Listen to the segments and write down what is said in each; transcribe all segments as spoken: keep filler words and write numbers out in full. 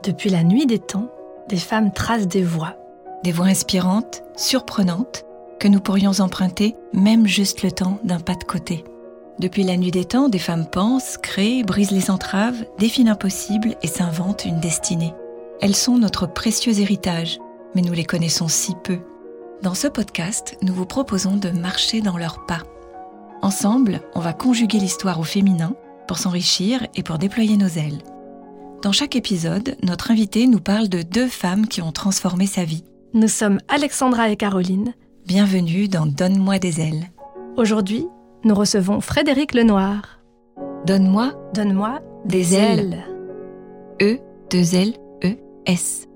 Depuis la nuit des temps, des femmes tracent des voies. Des voies inspirantes, surprenantes, que nous pourrions emprunter même juste le temps d'un pas de côté. Depuis la nuit des temps, des femmes pensent, créent, brisent les entraves, défient l'impossible et s'inventent une destinée. Elles sont notre précieux héritage, mais nous les connaissons si peu. Dans ce podcast, nous vous proposons de marcher dans leurs pas. Ensemble, on va conjuguer l'histoire au féminin pour s'enrichir et pour déployer nos ailes. Dans chaque épisode, notre invité nous parle de deux femmes qui ont transformé sa vie. Nous sommes Alexandra et Caroline. Bienvenue dans Donne-moi des ailes. Aujourd'hui, nous recevons Frédérique Lenoir. Donne-moi, Donne-moi des, des ailes. ailes. E, deux L, E, S.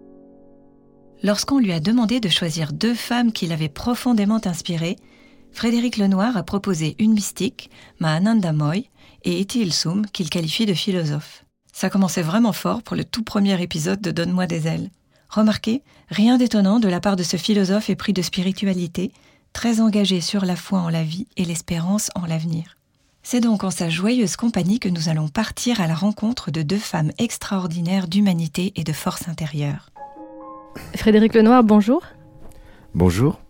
Lorsqu'on lui a demandé de choisir deux femmes qui l'avaient profondément inspirée, Frédérique Lenoir a proposé une mystique, Mahananda Moy, et Etty Hillesum, qu'il qualifie de philosophe. Ça commençait vraiment fort pour le tout premier épisode de Donne-moi des ailes. Remarquez, rien d'étonnant de la part de ce philosophe épris de spiritualité, très engagé sur la foi en la vie et l'espérance en l'avenir. C'est donc en sa joyeuse compagnie que nous allons partir à la rencontre de deux femmes extraordinaires d'humanité et de force intérieure. Frédérique Lenoir, bonjour. Bonjour.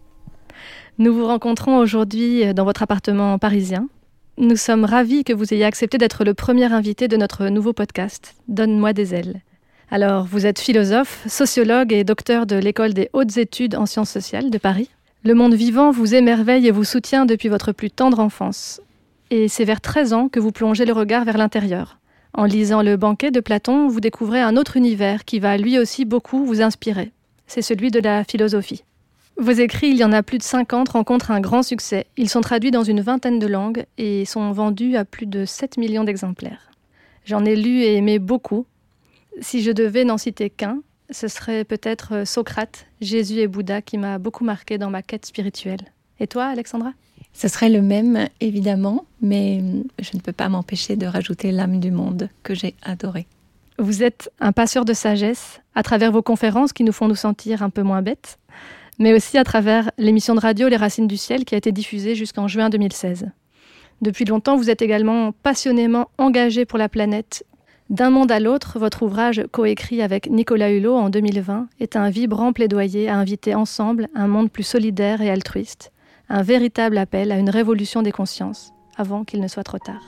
Nous vous rencontrons aujourd'hui dans votre appartement parisien. Nous sommes ravis que vous ayez accepté d'être le premier invité de notre nouveau podcast, Donne-moi des ailes. Alors, vous êtes philosophe, sociologue et docteur de l'École des hautes études en sciences sociales de Paris. Le monde vivant vous émerveille et vous soutient depuis votre plus tendre enfance. Et c'est vers treize ans que vous plongez le regard vers l'intérieur. En lisant Le Banquet de Platon, vous découvrez un autre univers qui va lui aussi beaucoup vous inspirer. C'est celui de la philosophie. Vos écrits, il y en a plus de cinquante, rencontrent un grand succès. Ils sont traduits dans une vingtaine de langues et sont vendus à plus de sept millions d'exemplaires. J'en ai lu et aimé beaucoup. Si je devais n'en citer qu'un, ce serait peut-être Socrate, Jésus et Bouddha qui m'a beaucoup marqué dans ma quête spirituelle. Et toi, Alexandra ? Ce serait le même, évidemment, mais je ne peux pas m'empêcher de rajouter L'âme du monde, que j'ai adoré. Vous êtes un passeur de sagesse à travers vos conférences qui nous font nous sentir un peu moins bêtes, mais aussi à travers l'émission de radio Les Racines du Ciel qui a été diffusée jusqu'en juin deux mille seize. Depuis longtemps, vous êtes également passionnément engagé pour la planète. D'un monde à l'autre, votre ouvrage coécrit avec Nicolas Hulot en deux mille vingt est un vibrant plaidoyer à inviter ensemble un monde plus solidaire et altruiste, un véritable appel à une révolution des consciences, avant qu'il ne soit trop tard.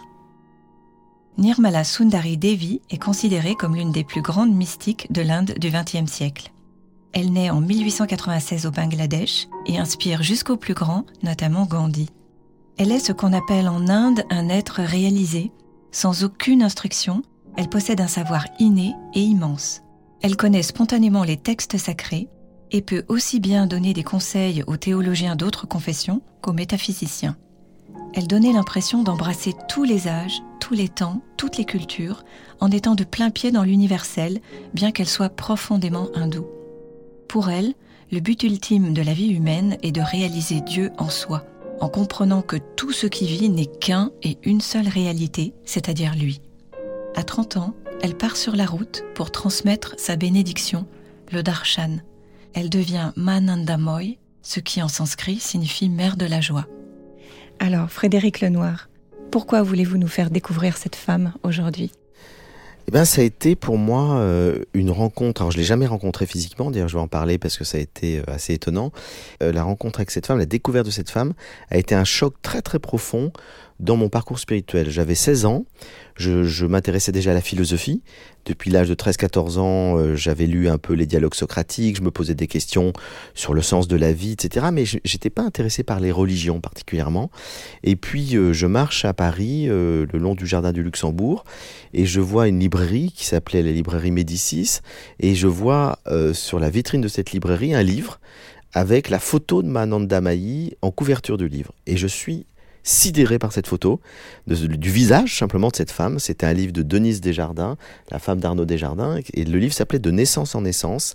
Nirmala Sundari Devi est considérée comme l'une des plus grandes mystiques de l'Inde du vingtième siècle. Elle naît en mille huit cent quatre-vingt-seize au Bangladesh et inspire jusqu'aux plus grands, notamment Gandhi. Elle est ce qu'on appelle en Inde un être réalisé, sans aucune instruction. Elle possède un savoir inné et immense. Elle connaît spontanément les textes sacrés et peut aussi bien donner des conseils aux théologiens d'autres confessions qu'aux métaphysiciens. Elle donnait l'impression d'embrasser tous les âges, tous les temps, toutes les cultures, en étant de plein pied dans l'universel, bien qu'elle soit profondément hindoue. Pour elle, le but ultime de la vie humaine est de réaliser Dieu en soi, en comprenant que tout ce qui vit n'est qu'un et une seule réalité, c'est-à-dire lui. À trente ans, elle part sur la route pour transmettre sa bénédiction, le darshan. Elle devient Mahananda Moy, ce qui en sanskrit signifie mère de la joie. Alors, Frédérique Lenoir, pourquoi voulez-vous nous faire découvrir cette femme aujourd'hui ? Eh bien, ça a été pour moi euh, une rencontre. Alors, je ne l'ai jamais rencontrée physiquement. D'ailleurs, je vais en parler parce que ça a été euh, assez étonnant. Euh, la rencontre avec cette femme, la découverte de cette femme a été un choc très très profond dans mon parcours spirituel. J'avais seize ans. Je, je m'intéressais déjà à la philosophie. Depuis l'âge de treize à quatorze ans, euh, j'avais lu un peu les dialogues socratiques. Je me posais des questions sur le sens de la vie, et cetera. Mais je n'étais pas intéressé par les religions particulièrement. Et puis, euh, je marche à Paris, euh, le long du jardin du Luxembourg, et je vois une librairie qui s'appelait la librairie Médicis. Et je vois euh, sur la vitrine de cette librairie un livre avec la photo de Mahananda Moy en couverture du livre. Et je suis sidéré par cette photo, de, du visage simplement de cette femme. C'était un livre de Denise Desjardins, la femme d'Arnaud Desjardins, et le livre s'appelait De naissance en naissance,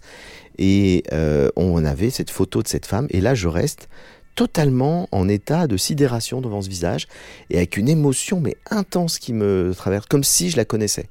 et euh, on avait cette photo de cette femme, et là je reste totalement en état de sidération devant ce visage, et avec une émotion mais intense qui me traverse, comme si je la connaissais.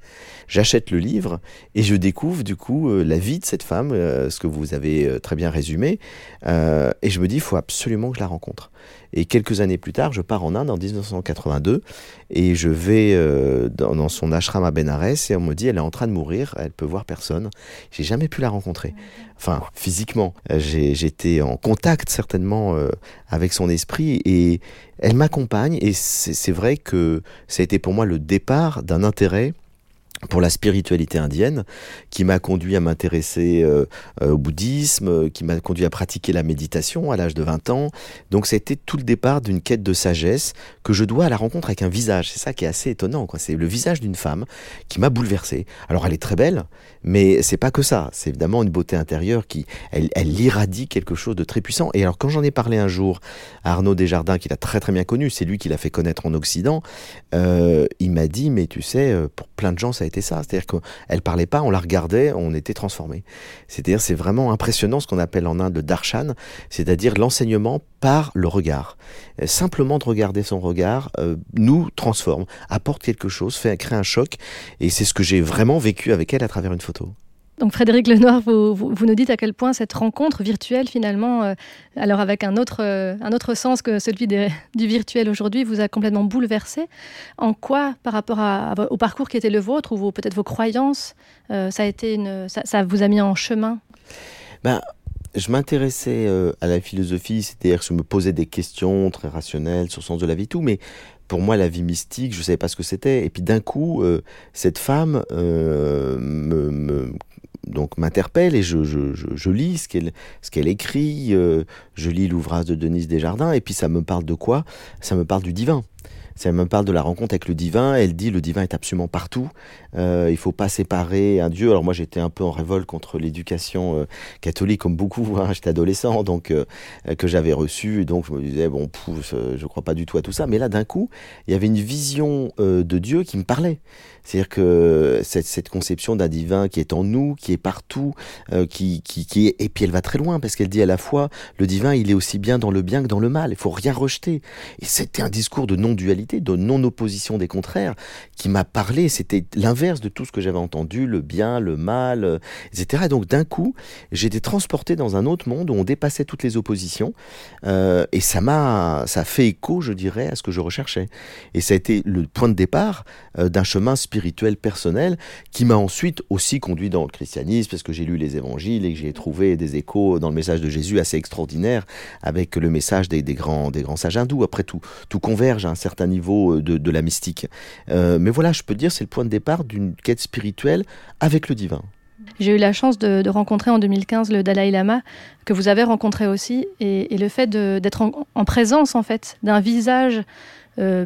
J'achète le livre et je découvre du coup euh, la vie de cette femme, euh, ce que vous avez euh, très bien résumé, euh, et je me dis il faut absolument que je la rencontre. Et quelques années plus tard, je pars en Inde en dix-neuf cent quatre-vingt-deux et je vais euh, dans, dans son ashram à Benares et on me dit elle est en train de mourir, elle peut voir personne. J'ai jamais pu la rencontrer. Enfin, physiquement, j'ai, j'étais en contact certainement euh, avec son esprit et elle m'accompagne et c'est, c'est vrai que ça a été pour moi le départ d'un intérêt pour la spiritualité indienne, qui m'a conduit à m'intéresser euh, euh, au bouddhisme, euh, qui m'a conduit à pratiquer la méditation à l'âge de vingt ans. Donc c'était tout le départ d'une quête de sagesse que je dois à la rencontre avec un visage. C'est ça qui est assez étonnant, quoi. C'est le visage d'une femme qui m'a bouleversé. Alors elle est très belle, mais c'est pas que ça. C'est évidemment une beauté intérieure qui, elle, elle irradie quelque chose de très puissant. Et alors quand j'en ai parlé un jour à Arnaud Desjardins, qu'il a très très bien connu, c'est lui qui l'a fait connaître en Occident, euh, il m'a dit, mais tu sais, pour plein de gens ça a été ça, c'est-à-dire qu'elle parlait pas, on la regardait, on était transformé. C'est-à-dire c'est vraiment impressionnant ce qu'on appelle en Inde le darshan, c'est-à-dire l'enseignement par le regard. Simplement de regarder son regard euh, nous transforme, apporte quelque chose, fait créer un choc, et c'est ce que j'ai vraiment vécu avec elle à travers une photo. Donc Frédéric Lenoir, vous, vous, vous nous dites à quel point cette rencontre virtuelle finalement, euh, alors avec un autre, euh, un autre sens que celui des, du virtuel aujourd'hui, vous a complètement bouleversé. En quoi, par rapport à, à, au parcours qui était le vôtre, ou vos, peut-être vos croyances, euh, ça, a été une, ça, ça vous a mis en chemin ? Ben, je m'intéressais euh, à la philosophie, c'est-à-dire que je me posais des questions très rationnelles sur le sens de la vie, tout, mais pour moi, la vie mystique, je ne savais pas ce que c'était. Et puis d'un coup, euh, cette femme euh, me... me donc m'interpelle et je, je, je, je lis ce qu'elle, ce qu'elle écrit, euh, je lis l'ouvrage de Denise Desjardins et puis ça me parle de quoi ? Ça me parle du divin. Ça me parle de la rencontre avec le divin. Elle dit le divin est absolument partout. Euh, il ne faut pas séparer un Dieu. Alors moi j'étais un peu en révolte contre l'éducation euh, catholique comme beaucoup. Hein, j'étais adolescent donc euh, que j'avais reçu. Et donc je me disais bon, pouf, je ne crois pas du tout à tout ça. Mais là d'un coup il y avait une vision euh, de Dieu qui me parlait. C'est-à-dire que cette, cette conception d'un divin qui est en nous, qui est partout, euh, qui, qui, qui est, et puis elle va très loin parce qu'elle dit à la fois le divin il est aussi bien dans le bien que dans le mal. Il faut rien rejeter. Et c'était un discours de non-dualité, de non-opposition des contraires qui m'a parlé. C'était l'inverse de tout ce que j'avais entendu, le bien, le mal, euh, et cetera. Et donc d'un coup, j'étais transporté dans un autre monde où on dépassait toutes les oppositions euh, et ça m'a, ça a fait écho, je dirais, à ce que je recherchais. Et ça a été le point de départ euh, d'un chemin spirituel spirituel personnel qui m'a ensuite aussi conduit dans le christianisme parce que j'ai lu les évangiles et que j'ai trouvé des échos dans le message de Jésus assez extraordinaires avec le message des, des, grands, des grands sages hindous. Après tout, tout converge à un certain niveau de, de la mystique. Euh, mais voilà, je peux dire c'est le point de départ d'une quête spirituelle avec le divin. J'ai eu la chance de, de rencontrer en deux mille quinze le Dalai Lama, que vous avez rencontré aussi, et, et le fait de, d'être en, en présence en fait d'un visage euh,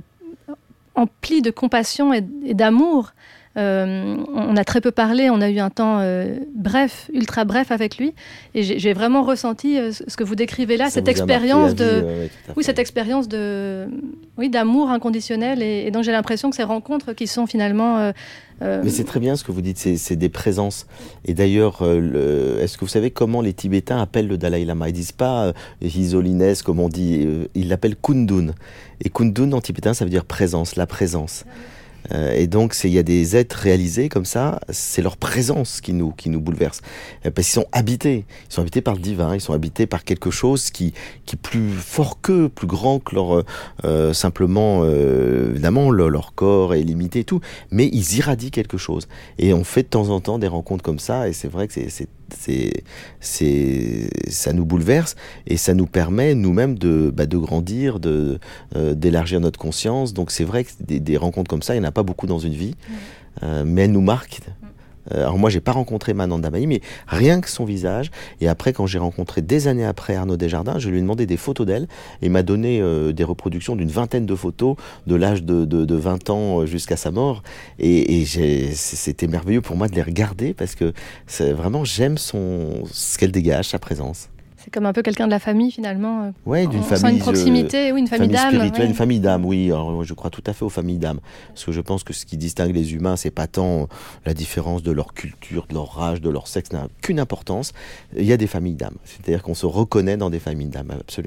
empli de compassion et, et d'amour. Euh, on a très peu parlé, on a eu un temps euh, bref, ultra bref avec lui, et j'ai, j'ai vraiment ressenti euh, ce que vous décrivez là, ça cette expérience de, vie, ouais, oui, cette expérience de, oui, d'amour inconditionnel, et, et donc j'ai l'impression que ces rencontres qui sont finalement. Euh, euh... Mais c'est très bien ce que vous dites, c'est, c'est des présences. Et d'ailleurs, euh, le, est-ce que vous savez comment les Tibétains appellent le Dalai Lama ? Ils disent pas euh, His Holiness comme on dit, euh, ils l'appellent Kundun. Et Kundun en tibétain, ça veut dire présence, la présence. Euh, et donc, il y a des êtres réalisés comme ça, c'est leur présence qui nous, qui nous bouleverse. Euh, parce qu'ils sont habités, ils sont habités par le divin, ils sont habités par quelque chose qui, qui est plus fort qu'eux, plus grand que leur, euh, simplement, euh, évidemment, le, leur corps est limité et tout, mais ils irradient quelque chose. Et on fait de temps en temps des rencontres comme ça, et c'est vrai que c'est, c'est C'est, c'est, ça nous bouleverse et ça nous permet nous-mêmes de, bah, de grandir, de, euh, d'élargir notre conscience. Donc c'est vrai que des, des rencontres comme ça, il n'y en a pas beaucoup dans une vie, mmh. euh, mais elles nous marquent. Euh, alors moi, j'ai pas rencontré Mananda Mahi, mais rien que son visage. Et après, quand j'ai rencontré des années après Arnaud Desjardins, je lui ai demandé des photos d'elle et il m'a donné euh, des reproductions d'une vingtaine de photos de l'âge de, de, de vingt ans jusqu'à sa mort. Et, et j'ai, c'était merveilleux pour moi de les regarder parce que c'est, vraiment, j'aime son, ce qu'elle dégage, sa présence. C'est comme un peu quelqu'un de la famille finalement. Oui, d'une on famille. Sent une proximité, euh, oui, une famille, famille d'âme. Spirituelle, ouais. Une famille d'âme, oui. Alors, je crois tout à fait aux familles d'âme. Parce que je pense que ce qui distingue les humains, c'est pas tant la différence de leur culture, de leur race, de leur sexe, n'a qu'une importance. Il y a des familles d'âme. C'est-à-dire qu'on se reconnaît dans des familles d'âme, absolument.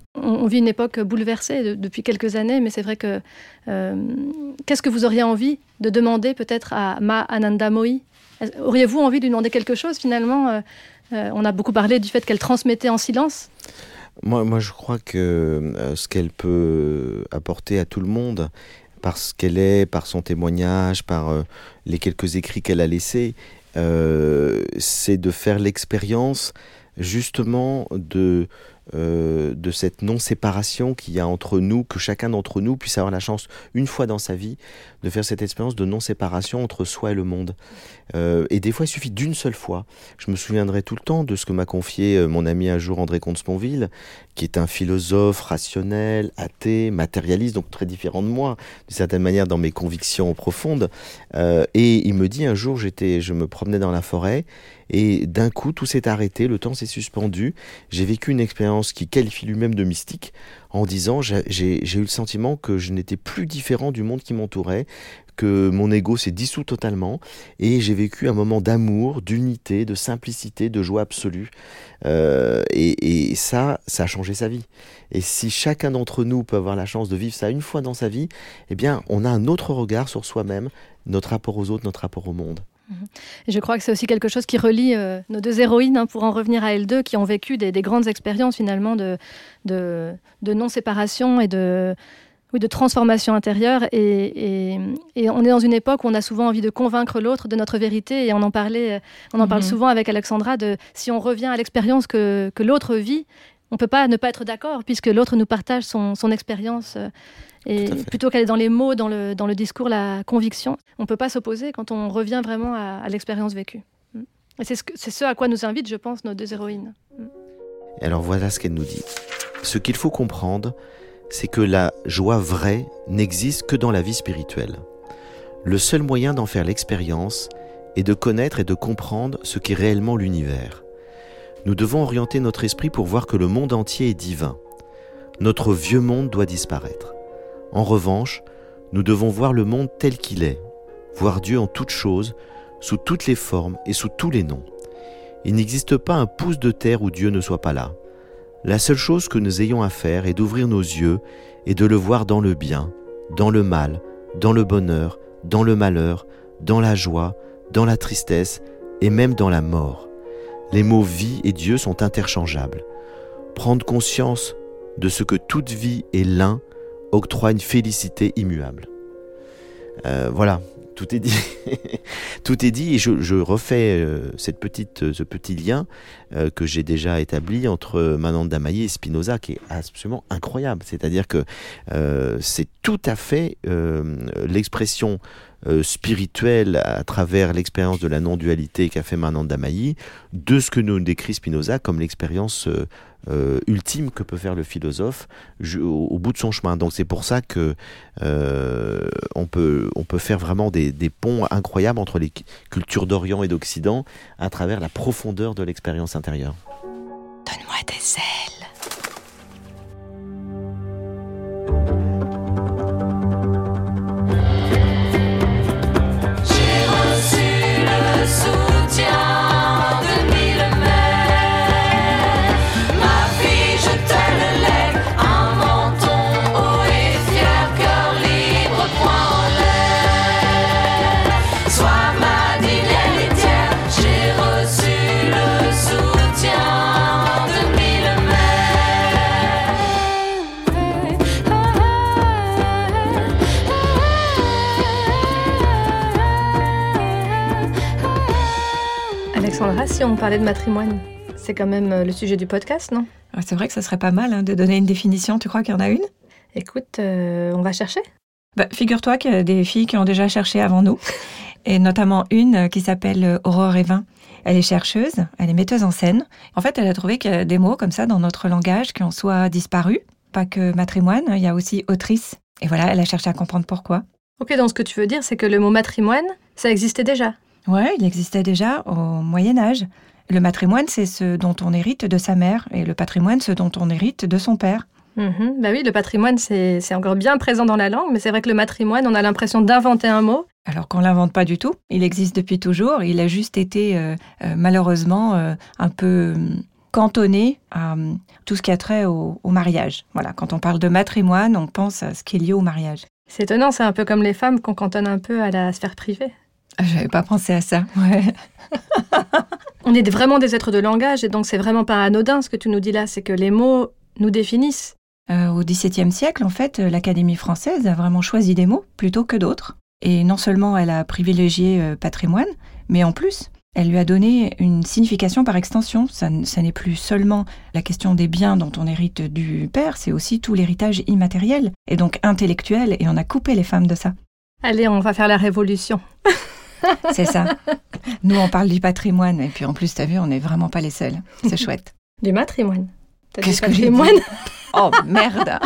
On, on vit une époque bouleversée de, depuis quelques années, mais c'est vrai que... Euh, qu'est-ce que vous auriez envie de demander peut-être à Ma Ananda Mohi ? Auriez-vous envie de lui demander quelque chose finalement ? euh, euh, On a beaucoup parlé du fait qu'elle transmettait en silence. Moi, moi je crois que euh, ce qu'elle peut apporter à tout le monde, par ce qu'elle est, par son témoignage, par euh, les quelques écrits qu'elle a laissés, euh, c'est de faire l'expérience justement de, euh, de cette non-séparation qu'il y a entre nous, que chacun d'entre nous puisse avoir la chance, une fois dans sa vie, de faire cette expérience de non-séparation entre soi et le monde. Euh, et des fois, il suffit d'une seule fois. Je me souviendrai tout le temps de ce que m'a confié mon ami un jour, André Comte-Sponville, qui est un philosophe rationnel, athée, matérialiste, donc très différent de moi, d'une certaine manière dans mes convictions profondes. Euh, et il me dit un jour, j'étais, je me promenais dans la forêt, et d'un coup, tout s'est arrêté, le temps s'est suspendu. J'ai vécu une expérience qu'il qualifie lui-même de mystique, en disant, j'ai, j'ai, j'ai eu le sentiment que je n'étais plus différent du monde qui m'entourait, que mon ego s'est dissous totalement, et j'ai vécu un moment d'amour, d'unité, de simplicité, de joie absolue. Euh, et, et ça, ça a changé sa vie. Et si chacun d'entre nous peut avoir la chance de vivre ça une fois dans sa vie, eh bien, on a un autre regard sur soi-même, notre rapport aux autres, notre rapport au monde. Et je crois que c'est aussi quelque chose qui relie euh, nos deux héroïnes, hein, pour en revenir à elles deux, qui ont vécu des, des grandes expériences finalement de, de, de non-séparation et de, oui, de transformation intérieure. Et, et, et on est dans une époque où on a souvent envie de convaincre l'autre de notre vérité. Et on en, parlait, on en parle mm-hmm. souvent avec Alexandra, de si on revient à l'expérience que, que l'autre vit, on ne peut pas ne pas être d'accord, puisque l'autre nous partage son, son expérience. Et plutôt qu'aller dans les mots, dans le, dans le discours, la conviction, on ne peut pas s'opposer quand on revient vraiment à, à l'expérience vécue. Et c'est ce, que, c'est ce à quoi nous invitent, je pense, nos deux héroïnes. Et alors voilà ce qu'elle nous dit. Ce qu'il faut comprendre, c'est que la joie vraie n'existe que dans la vie spirituelle. Le seul moyen d'en faire l'expérience est de connaître et de comprendre ce qu'est réellement l'univers. Nous devons orienter notre esprit pour voir que le monde entier est divin. Notre vieux monde doit disparaître. En revanche, nous devons voir le monde tel qu'il est, voir Dieu en toutes choses, sous toutes les formes et sous tous les noms. Il n'existe pas un pouce de terre où Dieu ne soit pas là. La seule chose que nous ayons à faire est d'ouvrir nos yeux et de le voir dans le bien, dans le mal, dans le bonheur, dans le malheur, dans la joie, dans la tristesse et même dans la mort. Les mots « vie » et « Dieu » sont interchangeables. Prendre conscience de ce que toute vie est l'un octroie une félicité immuable. Euh, voilà, tout est dit. Tout est dit et je, je refais euh, cette petite, ce petit lien euh, que j'ai déjà établi entre Mananda Mahi et Spinoza, qui est absolument incroyable. C'est-à-dire que euh, c'est tout à fait euh, l'expression euh, spirituelle à travers l'expérience de la non-dualité qu'a fait Mananda Mahi, de ce que nous décrit Spinoza comme l'expérience euh, Euh, ultime que peut faire le philosophe ju- au, au bout de son chemin. Donc c'est pour ça que euh, on peut on peut faire vraiment des, des ponts incroyables entre les cultures d'Orient et d'Occident à travers la profondeur de l'expérience intérieure. Donne-moi des ailes. J'ai reçu le soutien de mille mères. Ma fille, je te le lègue, un menton haut et fier, cœur libre, point en l'air. Sois ma digne héritière, j'ai reçu le soutien de mille mères. Alexandra, si on parlait de matrimoine, c'est quand même le sujet du podcast, non ? C'est vrai que ce serait pas mal hein, de donner une définition. Tu crois qu'il y en a une ? Écoute, euh, on va chercher. Bah, figure-toi qu'il y a des filles qui ont déjà cherché avant nous, et notamment une qui s'appelle Aurore Evin. Elle est chercheuse, elle est metteuse en scène. En fait, elle a trouvé qu'il y a des mots comme ça dans notre langage qui ont soit disparu, pas que matrimoine, il y a aussi autrice. Et voilà, elle a cherché à comprendre pourquoi. Ok, donc ce que tu veux dire, c'est que le mot matrimoine, ça existait déjà ? Ouais, il existait déjà au Moyen-Âge. Le matrimoine, c'est ce dont on hérite de sa mère, et le patrimoine, ce dont on hérite de son père. Mmh, bah oui, le patrimoine, c'est, c'est encore bien présent dans la langue, mais c'est vrai que le matrimoine, on a l'impression d'inventer un mot. Alors qu'on ne l'invente pas du tout. Il existe depuis toujours. Il a juste été, euh, euh, malheureusement, euh, un peu euh, cantonné à euh, tout ce qui a trait au, au mariage. Voilà, quand on parle de matrimoine, on pense à ce qui est lié au mariage. C'est étonnant, c'est un peu comme les femmes qu'on cantonne un peu à la sphère privée. Je n'avais pas pensé à ça, ouais. On est vraiment des êtres de langage et donc c'est vraiment pas anodin ce que tu nous dis là, c'est que les mots nous définissent. Euh, au XVIIe siècle, en fait, l'Académie française a vraiment choisi des mots plutôt que d'autres. Et non seulement elle a privilégié euh, patrimoine, mais en plus, elle lui a donné une signification par extension. Ça, ça n'est plus seulement la question des biens dont on hérite du père, c'est aussi tout l'héritage immatériel et donc intellectuel, et on a coupé les femmes de ça. Allez, on va faire la révolution. C'est ça. Nous, on parle du patrimoine, et puis en plus, t'as vu, on n'est vraiment pas les seuls. C'est chouette. Du matrimoine. T'as Qu'est-ce dit que j'ai patrimoine? dit? Oh, merde.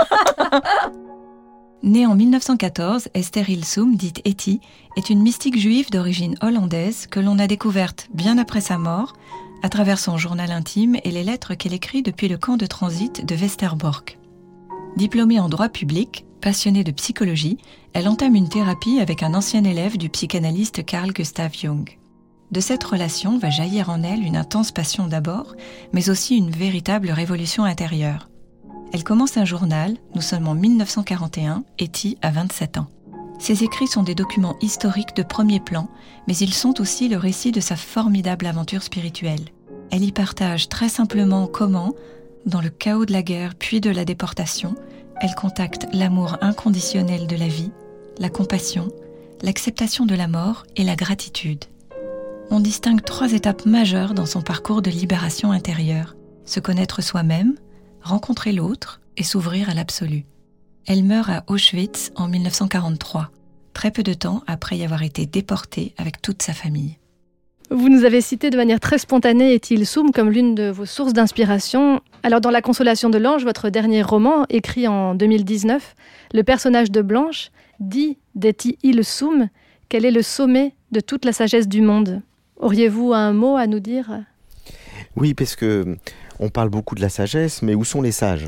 Née en mille neuf cent quatorze, Esther Hillesum, dite Etty, est une mystique juive d'origine hollandaise que l'on a découverte bien après sa mort, à travers son journal intime et les lettres qu'elle écrit depuis le camp de transit de Westerbork. Diplômée en droit public, passionnée de psychologie, elle entame une thérapie avec un ancien élève du psychanalyste Carl Gustav Jung. De cette relation va jaillir en elle une intense passion d'abord, mais aussi une véritable révolution intérieure. Elle commence un journal, nous sommes en mille neuf cent quarante et un, Etty a vingt-sept ans. Ses écrits sont des documents historiques de premier plan, mais ils sont aussi le récit de sa formidable aventure spirituelle. Elle y partage très simplement comment, dans le chaos de la guerre puis de la déportation, elle contacte l'amour inconditionnel de la vie, la compassion, l'acceptation de la mort et la gratitude. On distingue trois étapes majeures dans son parcours de libération intérieure. Se connaître soi-même, rencontrer l'autre et s'ouvrir à l'absolu. Elle meurt à Auschwitz en mille neuf cent quarante-trois, très peu de temps après y avoir été déportée avec toute sa famille. Vous nous avez cité de manière très spontanée Etty Hillesum comme l'une de vos sources d'inspiration. Alors dans La Consolation de l'ange, votre dernier roman, écrit en deux mille dix-neuf, le personnage de Blanche dit d'Etty Hillesum qu'elle est le sommet de toute la sagesse du monde. Auriez-vous un mot à nous dire ? Oui, parce que on parle beaucoup de la sagesse, mais où sont les sages?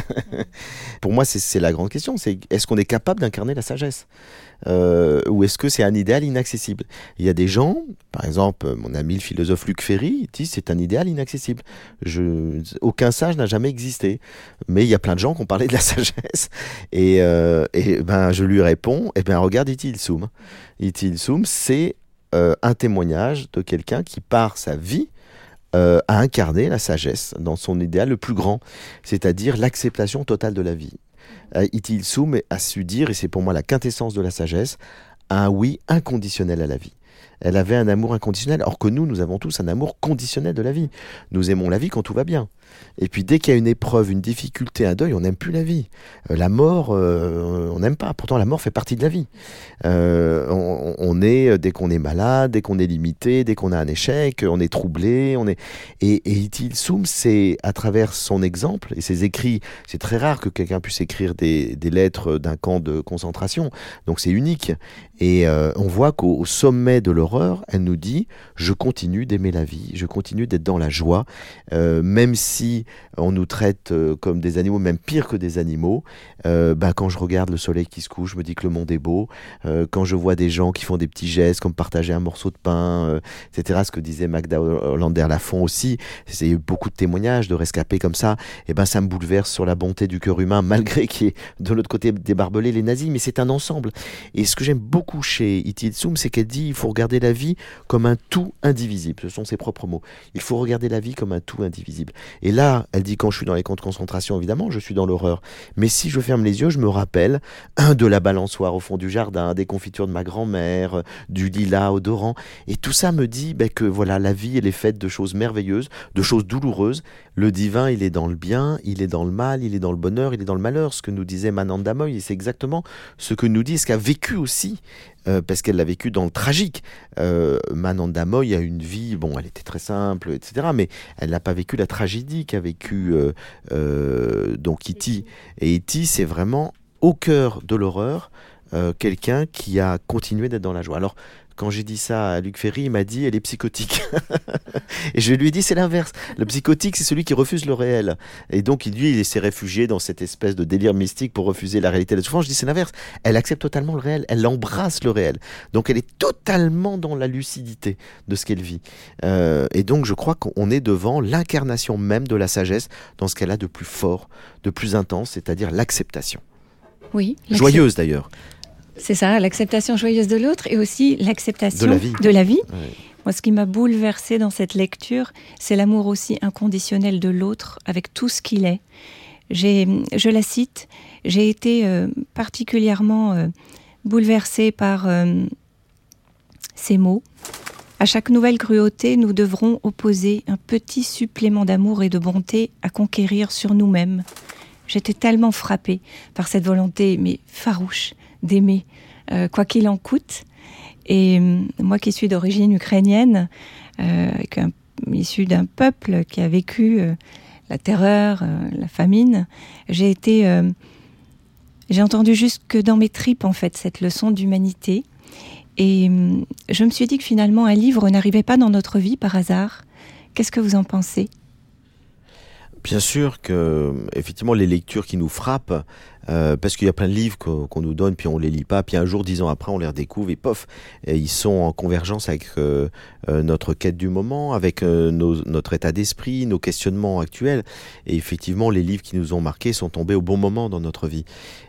Pour moi, c'est, c'est la grande question. C'est est-ce qu'on est capable d'incarner la sagesse euh, ou est-ce que c'est un idéal inaccessible? Il y a des gens, par exemple, mon ami le philosophe Luc Ferry, il dit c'est un idéal inaccessible. Je, aucun sage n'a jamais existé. Mais il y a plein de gens qui ont parlé de la sagesse. Et, euh, et ben, je lui réponds, eh ben, regarde Etty Hillesum. Etty Hillesum, c'est euh, un témoignage de quelqu'un qui, par sa vie, Euh, à incarner la sagesse dans son idéal le plus grand, c'est-à-dire l'acceptation totale de la vie. Euh, Etty Hillesum a su dire, et c'est pour moi la quintessence de la sagesse, un oui inconditionnel à la vie. Elle avait un amour inconditionnel, or que nous, nous avons tous un amour conditionnel de la vie. Nous aimons la vie quand tout va bien. Et puis dès qu'il y a une épreuve, une difficulté, un deuil, on n'aime plus la vie. Euh, la mort, euh, on n'aime pas. Pourtant, la mort fait partie de la vie. Euh, on, on est, dès qu'on est malade, dès qu'on est limité, dès qu'on a un échec, on est troublé. On est... Et, et Etty Hillesum, c'est à travers son exemple et ses écrits, c'est très rare que quelqu'un puisse écrire des, des lettres d'un camp de concentration. Donc c'est unique. Et euh, on voit qu'au sommet de l'horreur, elle nous dit « Je continue d'aimer la vie, je continue d'être dans la joie, euh, même si on nous traite euh, comme des animaux, même pire que des animaux. Euh, bah, quand je regarde le soleil qui se couche, je me dis que le monde est beau. Euh, quand je vois des gens qui font des petits gestes, comme partager un morceau de pain, euh, et cetera, ce que disait Magda Hollander-Lafont aussi, il y a eu beaucoup de témoignages de rescapés comme ça, et ben ça me bouleverse sur la bonté du cœur humain, malgré qu'il y ait de l'autre côté des barbelés, les nazis, mais c'est un ensemble. Et ce que j'aime beaucoup chez Etty Hillesum, c'est qu'elle dit il faut regarder la vie comme un tout indivisible. Ce sont ses propres mots. Il faut regarder la vie comme un tout indivisible. Et là, elle dit quand je suis dans les camps de concentration, évidemment, je suis dans l'horreur. Mais si je ferme les yeux, je me rappelle un de la balançoire au fond du jardin, des confitures de ma grand-mère, du lilas odorant. Et tout ça me dit ben, que voilà, la vie, elle est faite de choses merveilleuses, de choses douloureuses. Le divin, il est dans le bien, il est dans le mal, il est dans le bonheur, il est dans le malheur. Ce que nous disait Mananda Moy, et c'est exactement ce que nous dit, ce qu'a vécu aussi. Euh, parce qu'elle l'a vécu dans le tragique. Euh, Mananda Moy a une vie, bon, elle était très simple, et cetera, mais elle n'a pas vécu la tragédie qu'a vécu euh, euh, donc Etty. Et Etty, c'est vraiment au cœur de l'horreur, euh, quelqu'un qui a continué d'être dans la joie. Alors, quand j'ai dit ça à Luc Ferry, il m'a dit elle est psychotique. Et je lui ai dit c'est l'inverse. Le psychotique, c'est celui qui refuse le réel. Et donc lui, il s'est réfugié dans cette espèce de délire mystique pour refuser la réalité de la souffrance. Je dis c'est l'inverse. Elle accepte totalement le réel. Elle embrasse le réel. Donc elle est totalement dans la lucidité de ce qu'elle vit. Euh, et donc je crois qu'on est devant l'incarnation même de la sagesse dans ce qu'elle a de plus fort, de plus intense, c'est-à-dire l'acceptation. Oui. Joyeuse d'ailleurs. C'est ça, l'acceptation joyeuse de l'autre et aussi l'acceptation de la vie. De la vie. Ouais. Moi, ce qui m'a bouleversée dans cette lecture, c'est l'amour aussi inconditionnel de l'autre avec tout ce qu'il est. J'ai, je la cite, j'ai été euh, particulièrement euh, bouleversée par euh, ces mots. À chaque nouvelle cruauté, nous devrons opposer un petit supplément d'amour et de bonté à conquérir sur nous-mêmes. J'étais tellement frappée par cette volonté, mais farouche, d'aimer, euh, quoi qu'il en coûte. Et euh, moi qui suis d'origine ukrainienne, euh, un, issue d'un peuple qui a vécu euh, la terreur, euh, la famine, j'ai été, euh, j'ai entendu jusque dans mes tripes en fait cette leçon d'humanité. Et euh, je me suis dit que finalement un livre n'arrivait pas dans notre vie par hasard. Qu'est-ce que vous en pensez ? Bien sûr que, effectivement, les lectures qui nous frappent, euh, parce qu'il y a plein de livres qu'on, qu'on nous donne, puis on les lit pas, puis un jour, dix ans après, on les redécouvre et pof, et ils sont en convergence avec euh, euh, notre quête du moment, avec euh, nos, notre état d'esprit, nos questionnements actuels. Et effectivement, les livres qui nous ont marqués sont tombés au bon moment dans notre vie.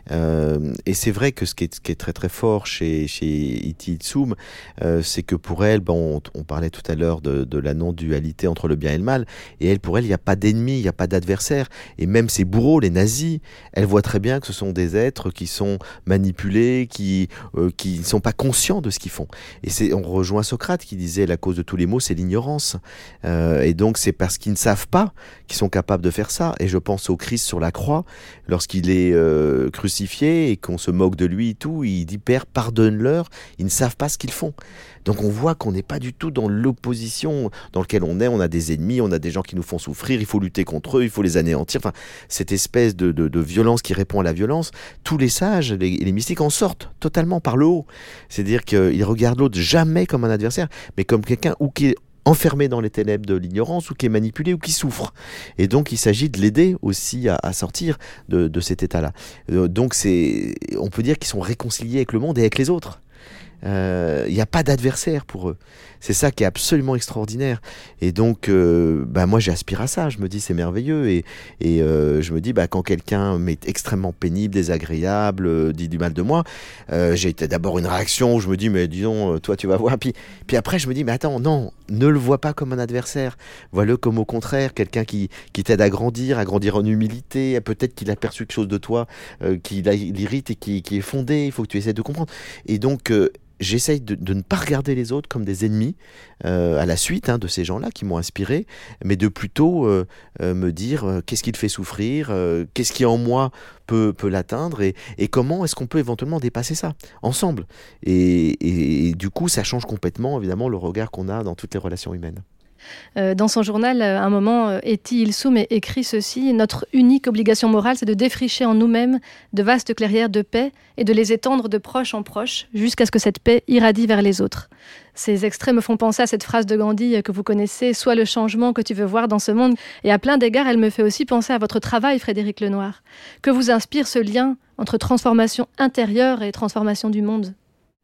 Euh, et c'est vrai que ce qui est, ce qui est très très fort chez, chez Iti Itsum, euh, c'est que pour elle, bon, on, on parlait tout à l'heure de, de la non-dualité entre le bien et le mal, et elle, pour elle, il n'y a pas d'ennemi, il n'y a pas d'adversaire. Et même ces bourreaux, les nazis, elle voit très bien que ce sont des êtres qui sont manipulés, qui euh, qui ne sont pas conscients de ce qu'ils font. Et c'est, on rejoint Socrate qui disait la cause de tous les maux, c'est l'ignorance. Euh, et donc c'est parce qu'ils ne savent pas qu'ils sont capables de faire ça. Et je pense au Christ sur la croix, lorsqu'il est euh, crucifié et qu'on se moque de lui et tout, il dit Père, pardonne-leur, ils ne savent pas ce qu'ils font. Donc on voit qu'on n'est pas du tout dans l'opposition dans laquelle on est, on a des ennemis, on a des gens qui nous font souffrir, il faut lutter contre eux, il faut les anéantir. Enfin, cette espèce de, de, de violence qui répond à la violence, tous les sages, les, les mystiques en sortent totalement par le haut. C'est-à-dire qu'ils regardent l'autre jamais comme un adversaire, mais comme quelqu'un ou qui est enfermé dans les ténèbres de l'ignorance, ou qui est manipulé, ou qui souffre. Et donc, il s'agit de l'aider aussi à, à sortir de, de cet état-là. Euh, donc, c'est, on peut dire qu'ils sont réconciliés avec le monde et avec les autres. Il euh, n'y a pas d'adversaire pour eux. C'est ça qui est absolument extraordinaire. Et donc, euh, bah moi, j'aspire à ça. Je me dis, c'est merveilleux. Et, et euh, je me dis, bah, quand quelqu'un m'est extrêmement pénible, désagréable, euh, dit du mal de moi, euh, j'ai été d'abord une réaction où je me dis, mais disons, toi, tu vas voir. Puis, puis après, je me dis, mais attends, non, ne le vois pas comme un adversaire. Vois-le comme au contraire, quelqu'un qui, qui t'aide à grandir, à grandir en humilité. Peut-être qu'il a perçu quelque chose de toi euh, qui l'irrite et qui, qui est fondé. Il faut que tu essaies de comprendre. Et donc, euh, j'essaye de, de ne pas regarder les autres comme des ennemis euh, à la suite hein, de ces gens-là qui m'ont inspiré, mais de plutôt euh, euh, me dire euh, qu'est-ce qui le fait souffrir, euh, qu'est-ce qui en moi peut, peut l'atteindre et, et comment est-ce qu'on peut éventuellement dépasser ça ensemble. Et, et, et du coup, ça change complètement évidemment le regard qu'on a dans toutes les relations humaines. Euh, dans son journal, à un moment, Iti Itsum écrit ceci « Notre unique obligation morale, c'est de défricher en nous-mêmes de vastes clairières de paix et de les étendre de proche en proche jusqu'à ce que cette paix irradie vers les autres. » Ces extraits me font penser à cette phrase de Gandhi que vous connaissez « Sois le changement que tu veux voir dans ce monde ». Et à plein d'égards, elle me fait aussi penser à votre travail, Frédéric Lenoir. Que vous inspire ce lien entre transformation intérieure et transformation du monde ?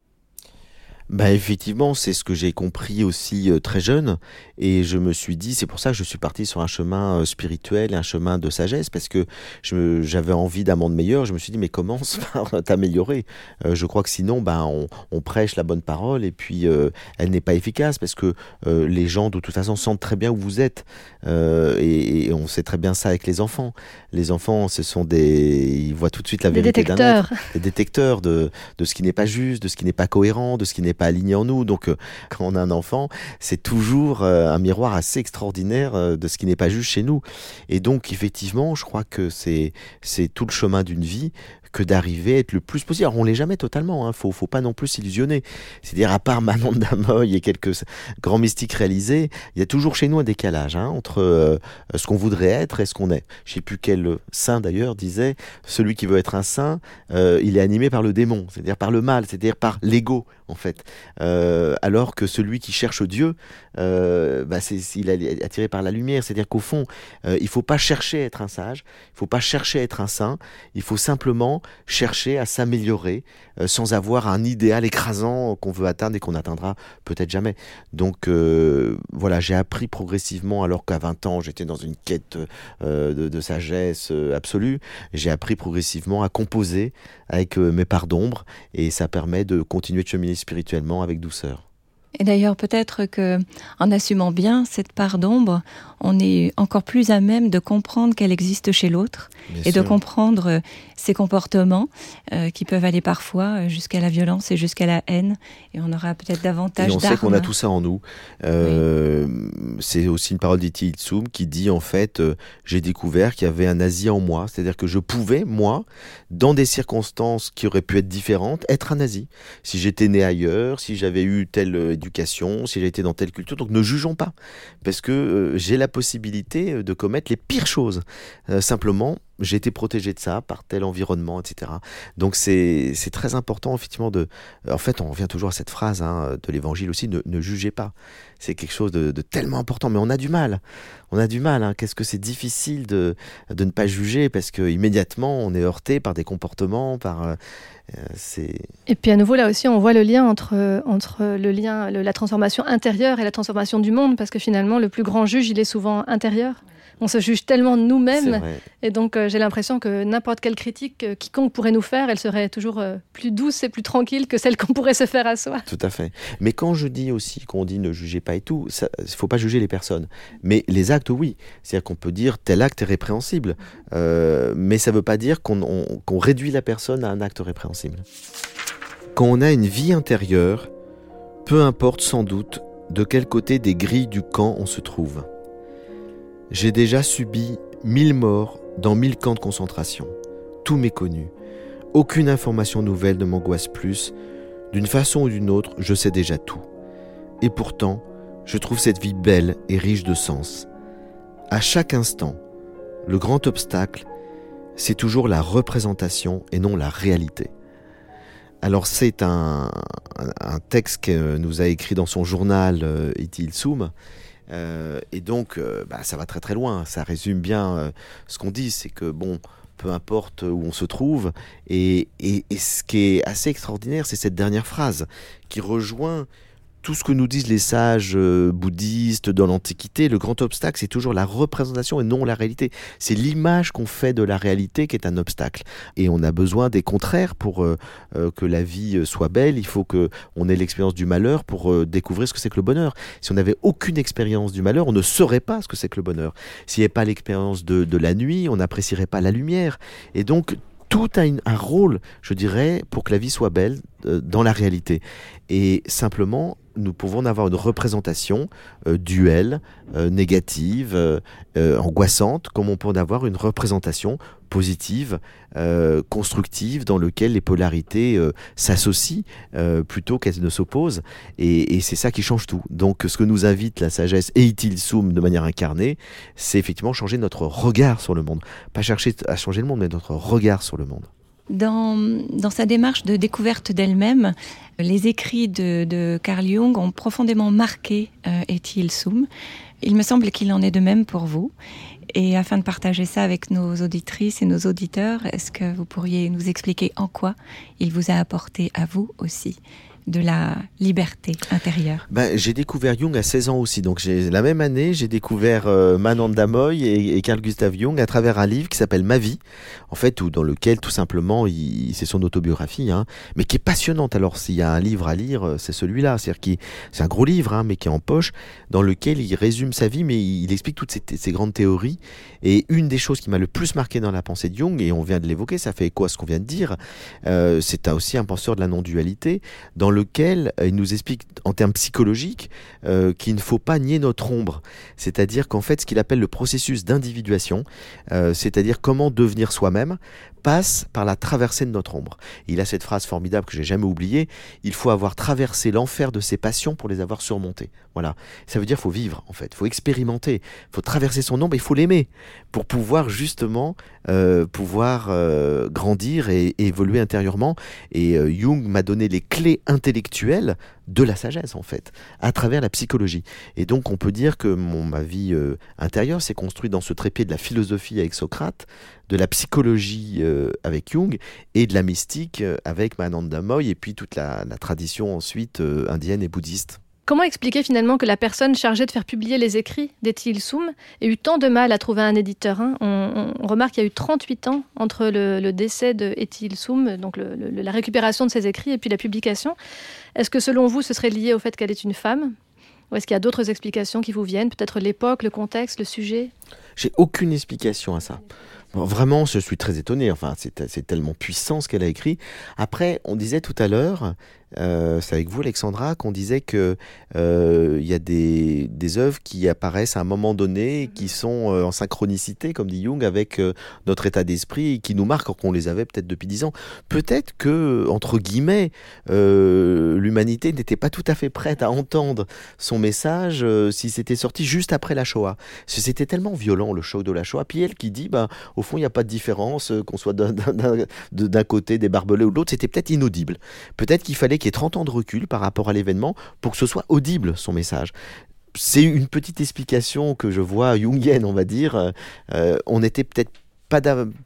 Bah effectivement, c'est ce que j'ai compris aussi euh, très jeune et je me suis dit, c'est pour ça que je suis parti sur un chemin euh, spirituel et un chemin de sagesse parce que je, j'avais envie d'un monde meilleur. Je me suis dit, mais commence par t'améliorer. Euh, je crois que sinon, bah, on, on prêche la bonne parole et puis euh, elle n'est pas efficace parce que euh, les gens de toute façon sentent très bien où vous êtes euh, et, et on sait très bien ça avec les enfants. Les enfants, ce sont des, ils voient tout de suite la des vérité détecteurs. d'un être, des détecteurs de, de ce qui n'est pas juste, de ce qui n'est pas cohérent, de ce qui n'est pas aligné en nous. Donc, euh, quand on a un enfant, c'est toujours euh, un miroir assez extraordinaire euh, de ce qui n'est pas juste chez nous. Et donc, effectivement, je crois que c'est c'est tout le chemin d'une vie que d'arriver à être le plus possible. Alors, on ne l'est jamais totalement, il hein, faut, faut pas non plus s'illusionner. C'est-à-dire, à part Manon de Damoy et quelques grands mystiques réalisés, il y a toujours chez nous un décalage hein, entre euh, ce qu'on voudrait être et ce qu'on est. Je ne sais plus quel saint d'ailleurs disait, celui qui veut être un saint, euh, il est animé par le démon, c'est-à-dire par le mal, c'est-à-dire par l'ego en fait. Euh, alors que celui qui cherche Dieu, euh, bah, c'est, il est attiré par la lumière, c'est-à-dire qu'au fond, euh, il ne faut pas chercher à être un sage, il ne faut pas chercher à être un saint, il faut simplement chercher à s'améliorer euh, sans avoir un idéal écrasant qu'on veut atteindre et qu'on n'atteindra peut-être jamais. Donc euh, voilà, j'ai appris progressivement, alors qu'à vingt ans, j'étais dans une quête euh, de, de sagesse euh, absolue, j'ai appris progressivement à composer avec euh, mes parts d'ombre, et ça permet de continuer de cheminer spirituellement avec douceur. Et d'ailleurs, peut-être que, en assumant bien cette part d'ombre, on est encore plus à même de comprendre qu'elle existe chez l'autre bien et sûr. De comprendre ses comportements euh, qui peuvent aller parfois jusqu'à la violence et jusqu'à la haine. Et on aura peut-être davantage d'armes. Et on d'armes. sait qu'on a tout ça en nous. Euh, oui. C'est aussi une parole d'Iti Ilsum qui dit en fait, euh, j'ai découvert qu'il y avait un nazi en moi. C'est-à-dire que je pouvais, moi, dans des circonstances qui auraient pu être différentes, être un nazi. Si j'étais né ailleurs, si j'avais eu telle éducation, si j'étais dans telle culture. Donc ne jugeons pas. Parce que euh, j'ai la possibilité de commettre les pires choses. Euh, simplement, j'ai été protégé de ça par tel environnement, et cetera. Donc c'est, c'est très important, effectivement, de... En fait, on revient toujours à cette phrase hein, de l'Évangile aussi, ne, ne jugez pas. C'est quelque chose de, de tellement important, mais on a du mal. On a du mal. Hein. Qu'est-ce que c'est difficile de, de ne pas juger, parce qu'immédiatement, on est heurté par des comportements, par... Euh, c'est... Et puis à nouveau, là aussi, on voit le lien entre, entre le lien, le, la transformation intérieure et la transformation du monde, parce que finalement, le plus grand juge, il est souvent intérieur. On se juge tellement de nous-mêmes, et donc euh, j'ai l'impression que n'importe quelle critique euh, quiconque pourrait nous faire, elle serait toujours euh, plus douce et plus tranquille que celle qu'on pourrait se faire à soi. Tout à fait. Mais quand je dis aussi qu'on dit ne jugez pas et tout, il ne faut pas juger les personnes. Mais les actes, oui. C'est-à-dire qu'on peut dire tel acte est répréhensible, euh, mais ça ne veut pas dire qu'on, on, qu'on réduit la personne à un acte répréhensible. Quand on a une vie intérieure, peu importe sans doute de quel côté des grilles du camp on se trouve. J'ai déjà subi mille morts dans mille camps de concentration. Tout m'est connu. Aucune information nouvelle ne m'angoisse plus. D'une façon ou d'une autre, je sais déjà tout. Et pourtant, je trouve cette vie belle et riche de sens. À chaque instant, le grand obstacle, c'est toujours la représentation et non la réalité. Alors c'est un, un texte que nous a écrit dans son journal euh, Iti Ilsum. Euh, et donc, euh, bah, ça va très très loin. Ça résume bien euh, ce qu'on dit, c'est que bon, peu importe où on se trouve. Et, et, et ce qui est assez extraordinaire, c'est cette dernière phrase qui rejoint tout ce que nous disent les sages euh, bouddhistes dans l'Antiquité. Le grand obstacle, c'est toujours la représentation et non la réalité. C'est l'image qu'on fait de la réalité qui est un obstacle. Et on a besoin des contraires pour euh, euh, que la vie soit belle. Il faut qu'on ait l'expérience du malheur pour euh, découvrir ce que c'est que le bonheur. Si on n'avait aucune expérience du malheur, on ne saurait pas ce que c'est que le bonheur. S'il n'y avait pas l'expérience de, de la nuit, on n'apprécierait pas la lumière. Et donc, tout a une, un rôle, je dirais, pour que la vie soit belle euh, dans la réalité. Et simplement, nous pouvons avoir une représentation euh, duelle, euh, négative, euh, euh, angoissante, comme on peut en avoir une représentation positive, euh, constructive, dans laquelle les polarités euh, s'associent euh, plutôt qu'elles ne s'opposent. Et, et c'est ça qui change tout. Donc ce que nous invite la sagesse et Iti Ilsum de manière incarnée, c'est effectivement changer notre regard sur le monde. Pas chercher à changer le monde, mais notre regard sur le monde. Dans, dans sa démarche de découverte d'elle-même, les écrits de, de Carl Jung ont profondément marqué euh, Iti Ilsum. Il me semble qu'il en est de même pour vous. Et afin de partager ça avec nos auditrices et nos auditeurs, est-ce que vous pourriez nous expliquer en quoi il vous a apporté à vous aussi de la liberté intérieure? Ben, j'ai découvert Jung à seize ans aussi. Donc j'ai, la même année, j'ai découvert euh, Manon de Damoy et, et Carl Gustav Jung à travers un livre qui s'appelle Ma vie, en fait, où, dans lequel tout simplement, il, c'est son autobiographie, hein, mais qui est passionnante. Alors s'il y a un livre à lire, c'est celui-là. C'est-à-dire qu'il, c'est un gros livre, hein, mais qui est en poche, dans lequel il résume sa vie, mais il, il explique toutes ces, ces grandes théories. Et une des choses qui m'a le plus marqué dans la pensée de Jung, et on vient de l'évoquer, ça fait écho à ce qu'on vient de dire, euh, c'est aussi un penseur de la non-dualité, dans le lequel il nous explique en termes psychologiques euh, qu'il ne faut pas nier notre ombre. C'est-à-dire qu'en fait, ce qu'il appelle le processus d'individuation, euh, c'est-à-dire comment devenir soi-même, passe par la traversée de notre ombre. Il a cette phrase formidable que j'ai jamais oubliée, il faut avoir traversé l'enfer de ses passions pour les avoir surmontées. Voilà. Ça veut dire qu'il faut vivre, en fait. Il faut expérimenter. Il faut traverser son ombre et il faut l'aimer pour pouvoir justement euh, pouvoir euh, grandir et, et évoluer intérieurement. Et euh, Jung m'a donné les clés intellectuelles de la sagesse, en fait, à travers la psychologie. Et donc, on peut dire que mon, ma vie euh, intérieure s'est construite dans ce trépied de la philosophie avec Socrate, de la psychologie euh, avec Jung et de la mystique euh, avec Mahananda Moy et puis toute la, la tradition ensuite euh, indienne et bouddhiste. Comment expliquer finalement que la personne chargée de faire publier les écrits d'Etty Hillesum ait eu tant de mal à trouver un éditeur, hein? on, on remarque qu'il y a eu trente-huit ans entre le, le décès d'Etty Hillesum, donc le, le, la récupération de ses écrits et puis la publication. Est-ce que selon vous, ce serait lié au fait qu'elle est une femme ? Ou est-ce qu'il y a d'autres explications qui vous viennent ? Peut-être l'époque, le contexte, le sujet ? J'ai aucune explication à ça. Bon, vraiment, je suis très étonné. Enfin, c'est, c'est tellement puissant ce qu'elle a écrit. Après, on disait tout à l'heure, euh, c'est avec vous, Alexandra, qu'on disait que euh, il y a des, des œuvres qui apparaissent à un moment donné, et qui sont euh, en synchronicité, comme dit Jung, avec euh, notre état d'esprit, et qui nous marquent, alors qu'on les avait peut-être depuis dix ans. Peut-être que, entre guillemets, euh, l'humanité n'était pas tout à fait prête à entendre son message euh, si c'était sorti juste après la Shoah. C'était tellement violent, le choc de la Shoah. Puis elle qui dit, bah, au fond, il n'y a pas de différence, euh, qu'on soit d'un, d'un, d'un côté des barbelés ou de l'autre, c'était peut-être inaudible. Peut-être qu'il fallait qu'il y ait trente ans de recul par rapport à l'événement pour que ce soit audible, son message. C'est une petite explication que je vois jungienne, on va dire. Euh, on était peut-être pas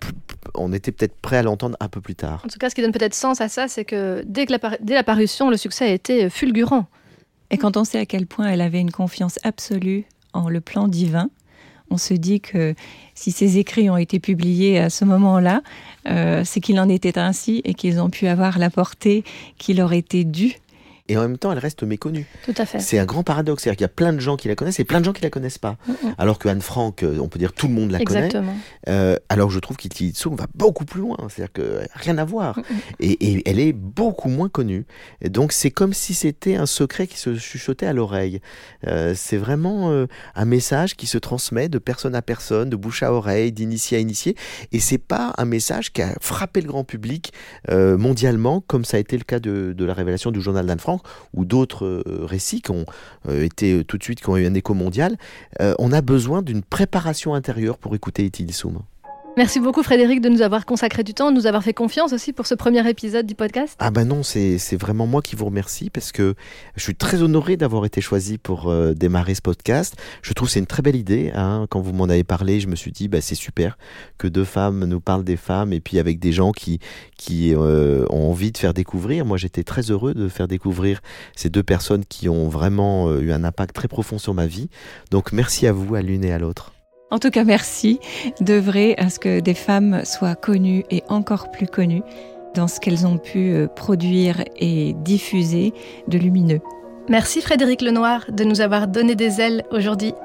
on était peut-être prêt à l'entendre un peu plus tard. En tout cas, ce qui donne peut-être sens à ça, c'est que dès, que la, dès la parution, le succès a été fulgurant. Et quand on sait à quel point elle avait une confiance absolue en le plan divin, on se dit que si ces écrits ont été publiés à ce moment-là, euh, c'est qu'il en était ainsi et qu'ils ont pu avoir la portée qui leur était due. Et en même temps, elle reste méconnue. Tout à fait. C'est un grand paradoxe. C'est-à-dire qu'il y a plein de gens qui la connaissent et plein de gens qui la connaissent pas. Mm-hmm. Alors que Anne Frank, on peut dire tout le monde la Exactement. connaît. Euh, alors je trouve qu'Etty Hillesum va beaucoup plus loin. C'est-à-dire que rien à voir. Mm-hmm. Et, et elle est beaucoup moins connue. Et donc c'est comme si c'était un secret qui se chuchotait à l'oreille. Euh, c'est vraiment euh, un message qui se transmet de personne à personne, de bouche à oreille, d'initié à initié. Et c'est pas un message qui a frappé le grand public euh, mondialement, comme ça a été le cas de, de la révélation du journal d'Anne Frank, ou d'autres euh, récits qui ont euh, été euh, tout de suite, qui ont eu un écho mondial. Euh, on a besoin d'une préparation intérieure pour écouter Etty Hillesum. Merci beaucoup Frédéric de nous avoir consacré du temps, de nous avoir fait confiance aussi pour ce premier épisode du podcast. Ah ben non, c'est, c'est vraiment moi qui vous remercie parce que je suis très honoré d'avoir été choisi pour euh, démarrer ce podcast. Je trouve que c'est une très belle idée. Hein. Quand vous m'en avez parlé, je me suis dit bah, c'est super que deux femmes nous parlent des femmes et puis avec des gens qui, qui euh, ont envie de faire découvrir. Moi j'étais très heureux de faire découvrir ces deux personnes qui ont vraiment euh, eu un impact très profond sur ma vie. Donc merci à vous, à l'une et à l'autre. En tout cas, merci d'œuvrer à ce que des femmes soient connues et encore plus connues dans ce qu'elles ont pu produire et diffuser de lumineux. Merci Frédéric Lenoir de nous avoir donné des ailes aujourd'hui.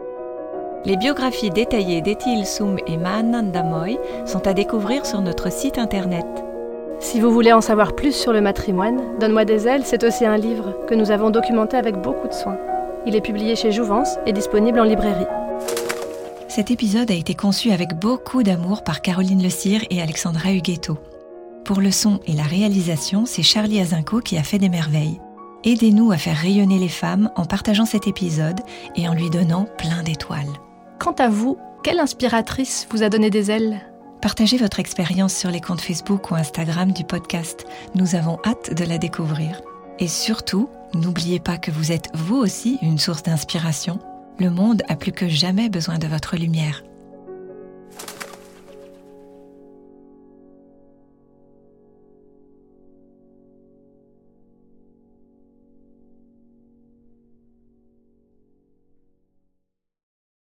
Les biographies détaillées d'Etty Hillesum et Mahananda Moy sont à découvrir sur notre site internet. Si vous voulez en savoir plus sur le matrimoine, Donne-moi des ailes, c'est aussi un livre que nous avons documenté avec beaucoup de soin. Il est publié chez Jouvence et disponible en librairie. Cet épisode a été conçu avec beaucoup d'amour par Caroline Le Cire et Alexandra Huguetto. Pour le son et la réalisation, c'est Charlie Azinco qui a fait des merveilles. Aidez-nous à faire rayonner les femmes en partageant cet épisode et en lui donnant plein d'étoiles. Quant à vous, quelle inspiratrice vous a donné des ailes ? Partagez votre expérience sur les comptes Facebook ou Instagram du podcast. Nous avons hâte de la découvrir. Et surtout, n'oubliez pas que vous êtes vous aussi une source d'inspiration. Le monde a plus que jamais besoin de votre lumière.